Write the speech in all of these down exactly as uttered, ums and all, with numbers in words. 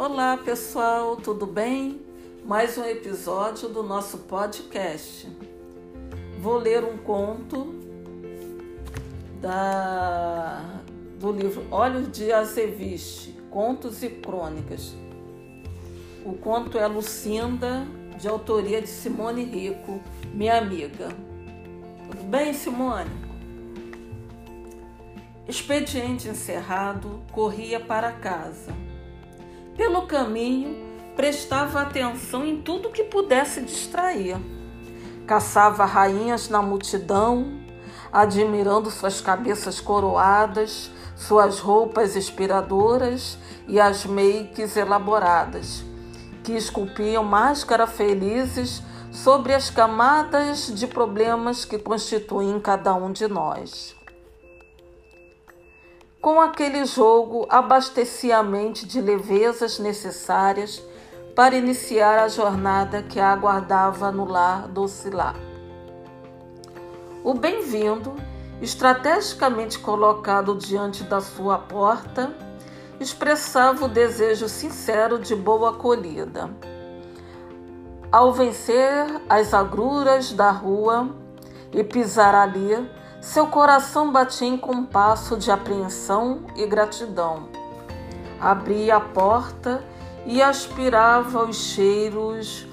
Olá pessoal, tudo bem? Mais um episódio do nosso podcast. Vou ler um conto da, do livro Olhos de Azeviche, Contos e Crônicas. O conto é Lucinda, de autoria de Simone Rico, minha amiga. Tudo bem, Simone? Expediente encerrado, corria para casa. Pelo caminho, prestava atenção em tudo que pudesse distrair. Caçava rainhas na multidão, admirando suas cabeças coroadas, suas roupas inspiradoras e as makes elaboradas, que esculpiam máscaras felizes sobre as camadas de problemas que constituem cada um de nós. Com aquele jogo, abastecia a mente de levezas necessárias para iniciar a jornada que a aguardava no lar docilar. O bem-vindo, estrategicamente colocado diante da sua porta, expressava o desejo sincero de boa acolhida. Ao vencer as agruras da rua e pisar ali, seu coração batia em compasso de apreensão e gratidão. Abria a porta e aspirava os cheiros,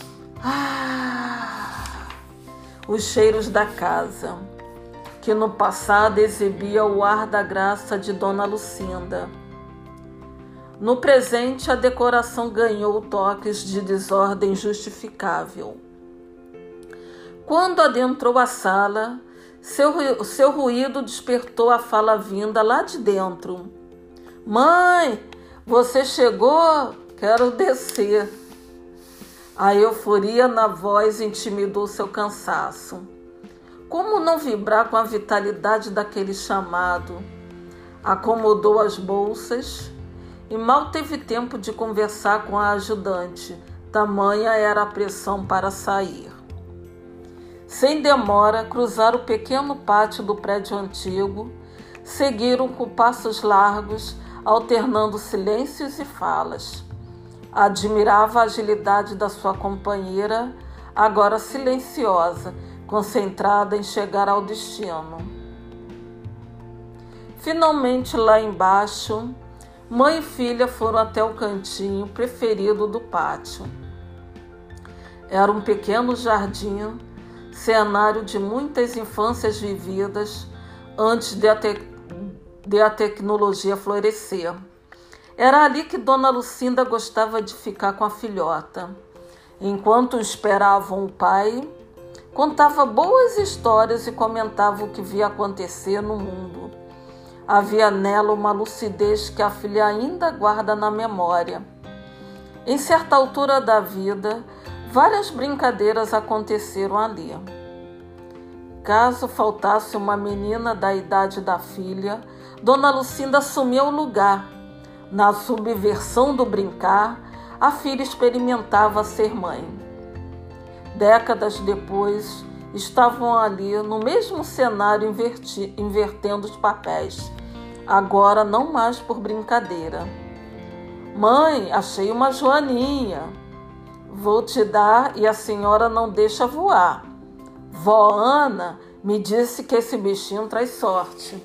ah, os cheiros da casa, que no passado exibia o ar da graça de Dona Lucinda. No presente, a decoração ganhou toques de desordem justificável. Quando adentrou a sala, Seu, seu ruído despertou a fala vinda lá de dentro. Mãe, você chegou? Quero descer. A euforia na voz intimidou seu cansaço. Como não vibrar com a vitalidade daquele chamado? Acomodou as bolsas e mal teve tempo de conversar com a ajudante. Tamanha era a pressão para sair. Sem demora, cruzaram o pequeno pátio do prédio antigo, seguiram com passos largos, alternando silêncios e falas. Admirava a agilidade da sua companheira, agora silenciosa, concentrada em chegar ao destino. Finalmente, lá embaixo, mãe e filha foram até o cantinho preferido do pátio. Era um pequeno jardim, cenário de muitas infâncias vividas antes de a, te- de a tecnologia florescer. Era ali que Dona Lucinda gostava de ficar com a filhota. Enquanto esperavam o pai, contava boas histórias e comentava o que via acontecer no mundo. Havia nela uma lucidez que a filha ainda guarda na memória. Em certa altura da vida, várias brincadeiras aconteceram ali. Caso faltasse uma menina da idade da filha, Dona Lucinda assumiu o lugar. Na subversão do brincar, a filha experimentava ser mãe. Décadas depois, estavam ali no mesmo cenário inverti- invertendo os papéis, agora não mais por brincadeira. Mãe, achei uma joaninha. Vou te dar e a senhora não deixa voar. Vó Ana me disse que esse bichinho traz sorte.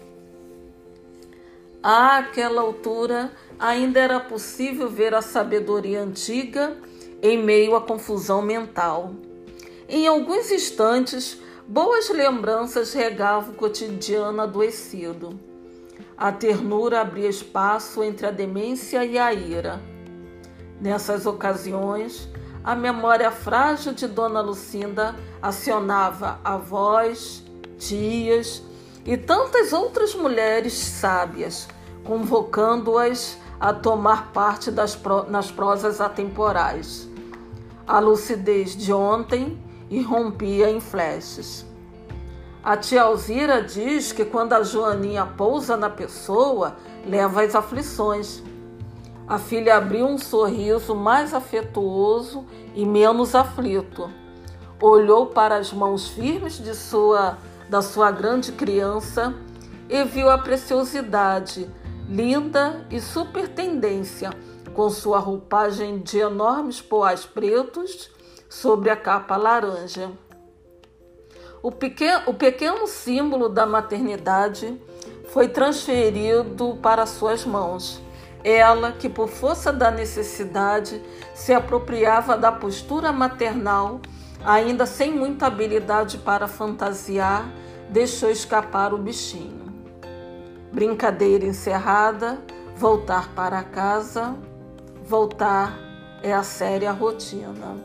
Àquela altura, ainda era possível ver a sabedoria antiga em meio à confusão mental. Em alguns instantes, boas lembranças regavam o cotidiano adoecido. A ternura abria espaço entre a demência e a ira. Nessas ocasiões, a memória frágil de Dona Lucinda acionava avós, tias e tantas outras mulheres sábias, convocando-as a tomar parte das pro, nas prosas atemporais. A lucidez de ontem irrompia em flashes. A tia Alzira diz que quando a joaninha pousa na pessoa, leva as aflições. A filha abriu um sorriso mais afetuoso e menos aflito. Olhou para as mãos firmes de sua, da sua grande criança e viu a preciosidade, linda e supertendência com sua roupagem de enormes poás pretos sobre a capa laranja. O pequeno, o pequeno símbolo da maternidade foi transferido para suas mãos. Ela, que por força da necessidade se apropriava da postura maternal, ainda sem muita habilidade para fantasiar, deixou escapar o bichinho. Brincadeira encerrada, voltar para casa, voltar é a séria rotina.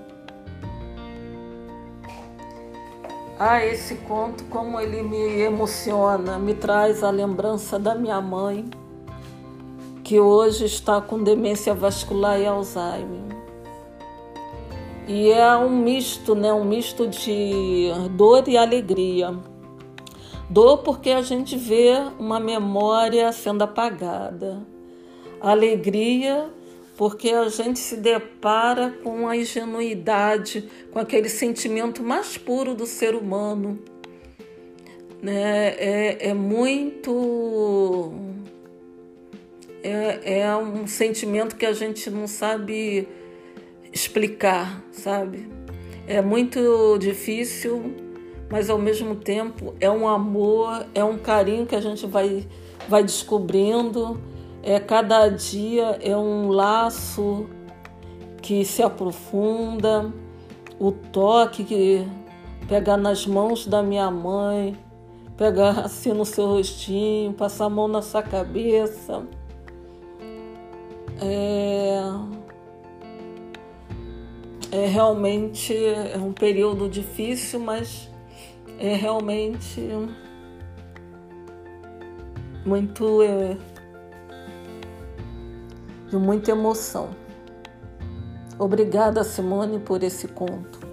Ah, esse conto, como ele me emociona, me traz a lembrança da minha mãe, que hoje está com demência vascular e Alzheimer. E é um misto, né? Um misto de dor e alegria. Dor porque a gente vê uma memória sendo apagada. Alegria porque a gente se depara com a ingenuidade, com aquele sentimento mais puro do ser humano. Né? É, é muito... É, é um sentimento que a gente não sabe explicar, sabe? É muito difícil, mas ao mesmo tempo é um amor, é um carinho que a gente vai, vai descobrindo. É, cada dia é um laço que se aprofunda, o toque que pegar nas mãos da minha mãe, pegar assim no seu rostinho, passar a mão na sua cabeça. É, é realmente é um período difícil, mas é realmente muito... É, de muita emoção. Obrigada, Simone, por esse conto.